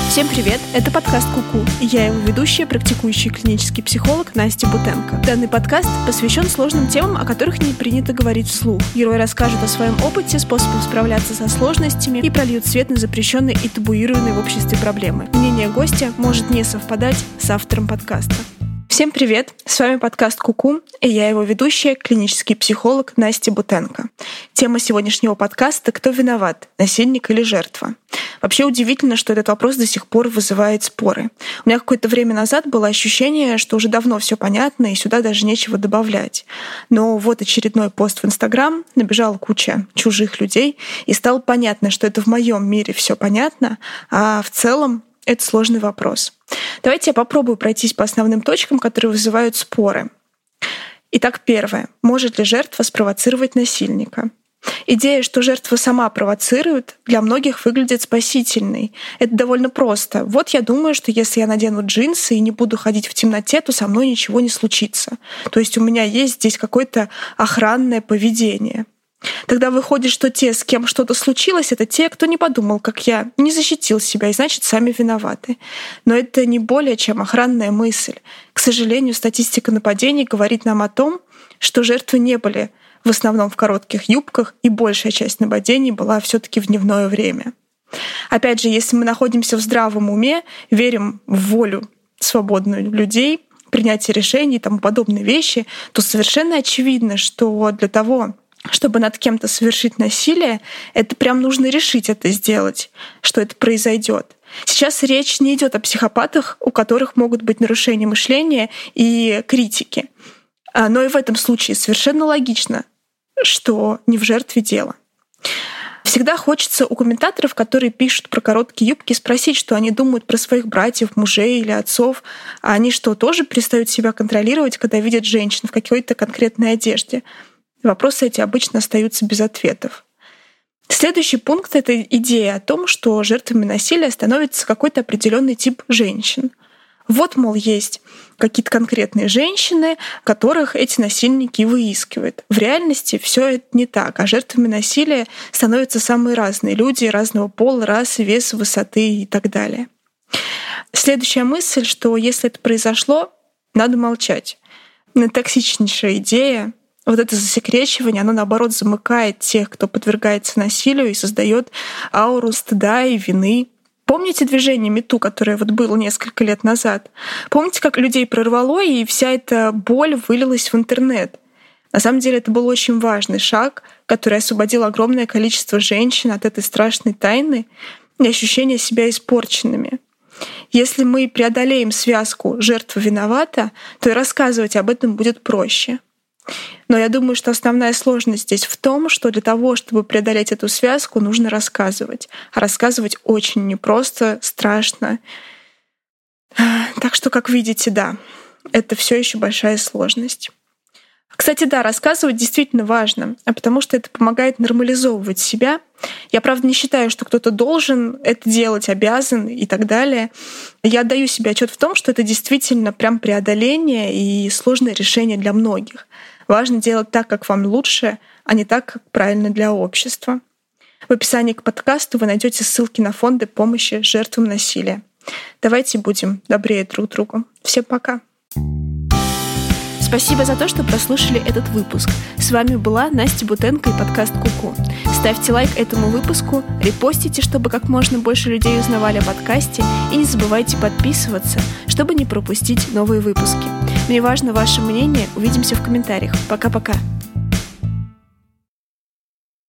Всем привет! Это подкаст «Ку-ку», и я его ведущая, практикующий клинический психолог Настя Бутенко. Данный подкаст посвящен сложным темам, о которых не принято говорить вслух. Герои расскажут о своем опыте, способах справляться со сложностями и прольют свет на запрещенные и табуированные в обществе проблемы. Мнение гостя может не совпадать с автором подкаста. Всем привет! С вами подкаст «Ку-ку», и я его ведущая, клинический психолог Настя Бутенко. Тема сегодняшнего подкаста — «Кто виноват, насильник или жертва?». Вообще удивительно, что этот вопрос до сих пор вызывает споры. У меня какое-то время назад было ощущение, что уже давно все понятно, и сюда даже нечего добавлять. Но вот очередной пост в Инстаграм, набежала куча чужих людей, и стало понятно, что это в моем мире все понятно, а в целом это сложный вопрос. Давайте я попробую пройтись по основным точкам, которые вызывают споры. Итак, первое. Может ли жертва спровоцировать насильника? Идея, что жертва сама провоцирует, для многих выглядит спасительной. Это довольно просто. Вот я думаю, что если я надену джинсы и не буду ходить в темноте, то со мной ничего не случится. То есть у меня есть здесь какое-то охранное поведение. Тогда выходит, что те, с кем что-то случилось, это те, кто не подумал, как я, не защитил себя, и значит, сами виноваты. Но это не более чем охранная мысль. К сожалению, статистика нападений говорит нам о том, что жертвы не были в основном в коротких юбках, и большая часть нападений была все-таки в дневное время. Опять же, если мы находимся в здравом уме, верим в волю свободную людей, принятие решений и тому подобные вещи, то совершенно очевидно, что для того, чтобы над кем-то совершить насилие, это прям нужно решить это сделать, что это произойдет. Сейчас речь не идет о психопатах, у которых могут быть нарушения мышления и критики. Но и в этом случае совершенно логично, что не в жертве дело. Всегда хочется у комментаторов, которые пишут про короткие юбки, спросить, что они думают про своих братьев, мужей или отцов. А они что, тоже перестают себя контролировать, когда видят женщин в какой-то конкретной одежде? Вопросы эти обычно остаются без ответов. Следующий пункт — это идея о том, что жертвами насилия становится какой-то определенный тип женщин. Вот, мол, есть какие-то конкретные женщины, которых эти насильники выискивают. В реальности все это не так, а жертвами насилия становятся самые разные люди разного пола, расы, веса, высоты и так далее. Следующая мысль, что если это произошло, надо молчать. Токсичнейшая идея. Вот это засекречивание, оно, наоборот, замыкает тех, кто подвергается насилию, и создает ауру стыда и вины. Помните движение МeToo, которое вот было несколько лет назад? Помните, как людей прорвало, и вся эта боль вылилась в интернет? На самом деле это был очень важный шаг, который освободил огромное количество женщин от этой страшной тайны и ощущения себя испорченными. Если мы преодолеем связку «жертва виновата», то и рассказывать об этом будет проще. Но я думаю, что основная сложность здесь в том, что для того, чтобы преодолеть эту связку, нужно рассказывать. А рассказывать очень непросто, страшно. Так что, как видите, да, это все еще большая сложность. Кстати, да, рассказывать действительно важно, потому что это помогает нормализовывать себя. Я, правда, не считаю, что кто-то должен это делать, обязан и так далее. Я отдаю себе отчет в том, что это действительно прям преодоление и сложное решение для многих. Важно делать так, как вам лучше, а не так, как правильно для общества. В описании к подкасту вы найдете ссылки на фонды помощи жертвам насилия. Давайте будем добрее друг другу. Всем пока! Спасибо за то, что прослушали этот выпуск. С вами была Настя Бутенко и подкаст «Ку-ку». Ставьте лайк этому выпуску, репостите, чтобы как можно больше людей узнавали о подкасте, и не забывайте подписываться, чтобы не пропустить новые выпуски. Мне важно ваше мнение. Увидимся в комментариях. Пока-пока.